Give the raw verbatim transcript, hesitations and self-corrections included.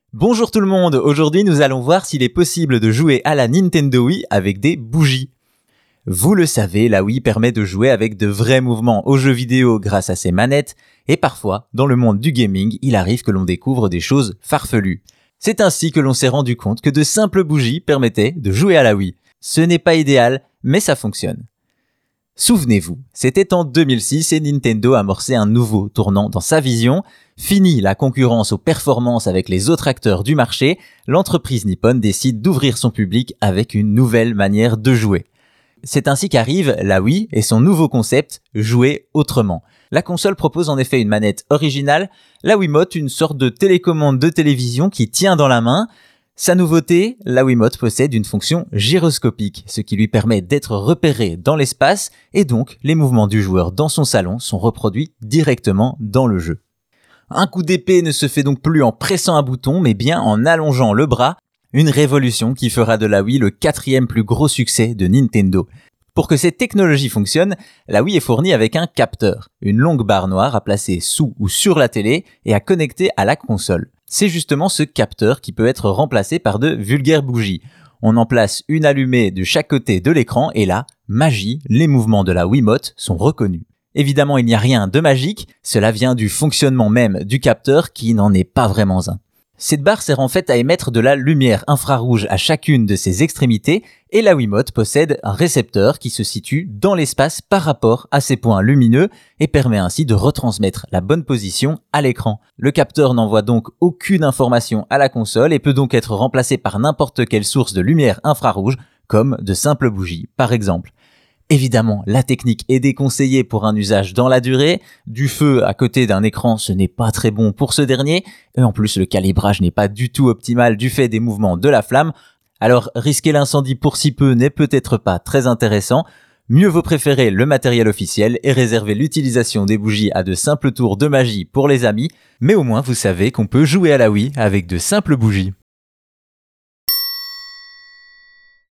Bonjour tout le monde, aujourd'hui nous allons voir s'il est possible de jouer à la Nintendo Wii avec des bougies. Vous le savez, la Wii permet de jouer avec de vrais mouvements aux jeux vidéo grâce à ses manettes, et parfois, dans le monde du gaming, il arrive que l'on découvre des choses farfelues. C'est ainsi que l'on s'est rendu compte que de simples bougies permettaient de jouer à la Wii. Ce n'est pas idéal, mais ça fonctionne. Souvenez-vous, c'était en deux mille six et Nintendo amorçait un nouveau tournant dans sa vision. Fini la concurrence aux performances avec les autres acteurs du marché, l'entreprise nippone décide d'ouvrir son public avec une nouvelle manière de jouer. C'est ainsi qu'arrive la Wii et son nouveau concept, jouer autrement. La console propose en effet une manette originale, la Wiimote une sorte de télécommande de télévision qui tient dans la main. Sa nouveauté, la Wiimote possède une fonction gyroscopique, ce qui lui permet d'être repéré dans l'espace et donc les mouvements du joueur dans son salon sont reproduits directement dans le jeu. Un coup d'épée ne se fait donc plus en pressant un bouton mais bien en allongeant le bras, une révolution qui fera de la Wii le quatrième plus gros succès de Nintendo. Pour que cette technologie fonctionne, la Wii est fournie avec un capteur, une longue barre noire à placer sous ou sur la télé et à connecter à la console. C'est justement ce capteur qui peut être remplacé par de vulgaires bougies. On en place une allumée de chaque côté de l'écran et là, magie, les mouvements de la Wiimote sont reconnus. Évidemment, il n'y a rien de magique, cela vient du fonctionnement même du capteur qui n'en est pas vraiment un. Cette barre sert en fait à émettre de la lumière infrarouge à chacune de ses extrémités et la Wiimote possède un récepteur qui se situe dans l'espace par rapport à ces points lumineux et permet ainsi de retransmettre la bonne position à l'écran. Le capteur n'envoie donc aucune information à la console et peut donc être remplacé par n'importe quelle source de lumière infrarouge comme de simples bougies par exemple. Évidemment, la technique est déconseillée pour un usage dans la durée. Du feu à côté d'un écran, ce n'est pas très bon pour ce dernier. Et en plus, le calibrage n'est pas du tout optimal du fait des mouvements de la flamme. Alors, risquer l'incendie pour si peu n'est peut-être pas très intéressant. Mieux vaut préférer le matériel officiel et réserver l'utilisation des bougies à de simples tours de magie pour les amis. Mais au moins, vous savez qu'on peut jouer à la Wii avec de simples bougies.